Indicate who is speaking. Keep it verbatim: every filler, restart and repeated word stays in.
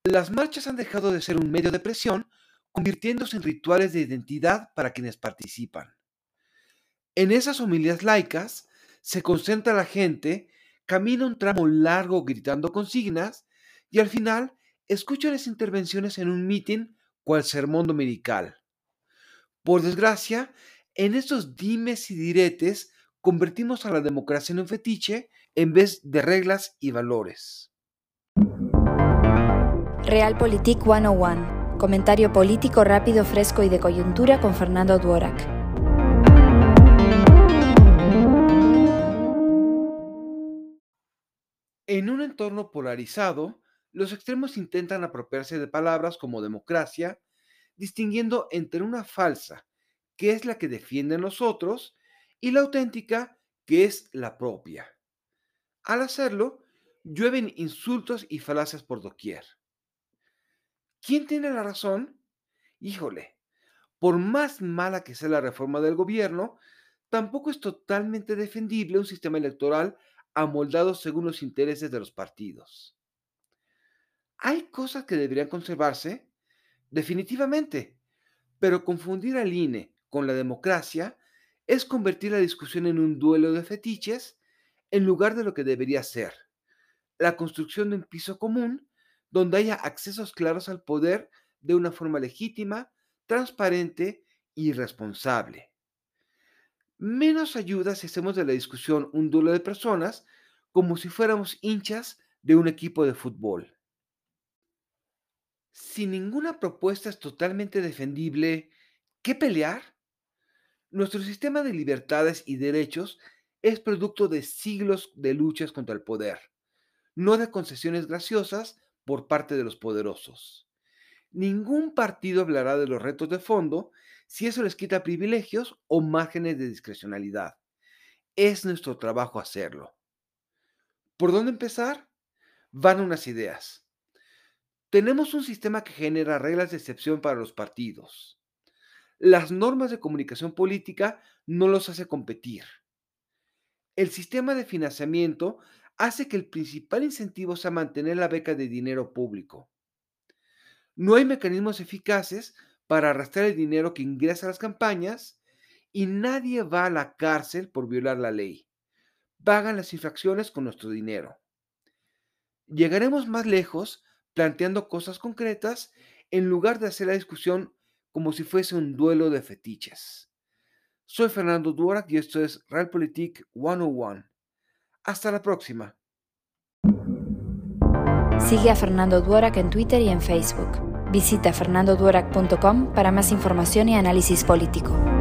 Speaker 1: Las marchas han dejado de ser un medio de presión, convirtiéndose en rituales de identidad para quienes participan. En esas homilías laicas se concentra la gente, camina un tramo largo gritando consignas y al final escucha las intervenciones en un mitin cual sermón dominical. Por desgracia, en estos dimes y diretes convertimos a la democracia en un fetiche en vez de reglas y valores.
Speaker 2: Realpolitik ciento uno. Comentario político rápido, fresco y de coyuntura con Fernando Dworak.
Speaker 1: En un entorno polarizado, los extremos intentan apropiarse de palabras como democracia, distinguiendo entre una falsa, que es la que defienden los otros, y la auténtica, que es la propia. Al hacerlo, llueven insultos y falacias por doquier. ¿Quién tiene la razón? Híjole, por más mala que sea la reforma del gobierno, tampoco es totalmente defendible un sistema electoral amoldado según los intereses de los partidos. ¿Hay cosas que deberían conservarse? Definitivamente, pero confundir al I N E con la democracia es convertir la discusión en un duelo de fetiches en lugar de lo que debería ser, la construcción de un piso común donde haya accesos claros al poder de una forma legítima, transparente y responsable. Menos ayuda si hacemos de la discusión un duelo de personas como si fuéramos hinchas de un equipo de fútbol. Si ninguna propuesta es totalmente defendible, ¿qué pelear? Nuestro sistema de libertades y derechos es producto de siglos de luchas contra el poder, no de concesiones graciosas por parte de los poderosos. Ningún partido hablará de los retos de fondo si eso les quita privilegios o márgenes de discrecionalidad. Es nuestro trabajo hacerlo. ¿Por dónde empezar? Van unas ideas. Tenemos un sistema que genera reglas de excepción para los partidos. Las normas de comunicación política no los hace competir. El sistema de financiamiento hace que el principal incentivo sea mantener la beca de dinero público. No hay mecanismos eficaces para arrastrar el dinero que ingresa a las campañas y nadie va a la cárcel por violar la ley. Pagan las infracciones con nuestro dinero. Llegaremos más lejos planteando cosas concretas en lugar de hacer la discusión como si fuese un duelo de fetiches. Soy Fernando Dworak y esto es Realpolitik ciento uno. Hasta la próxima.
Speaker 2: Sigue a Fernando Dworak en Twitter y en Facebook. Visita fernando dworak punto com para más información y análisis político.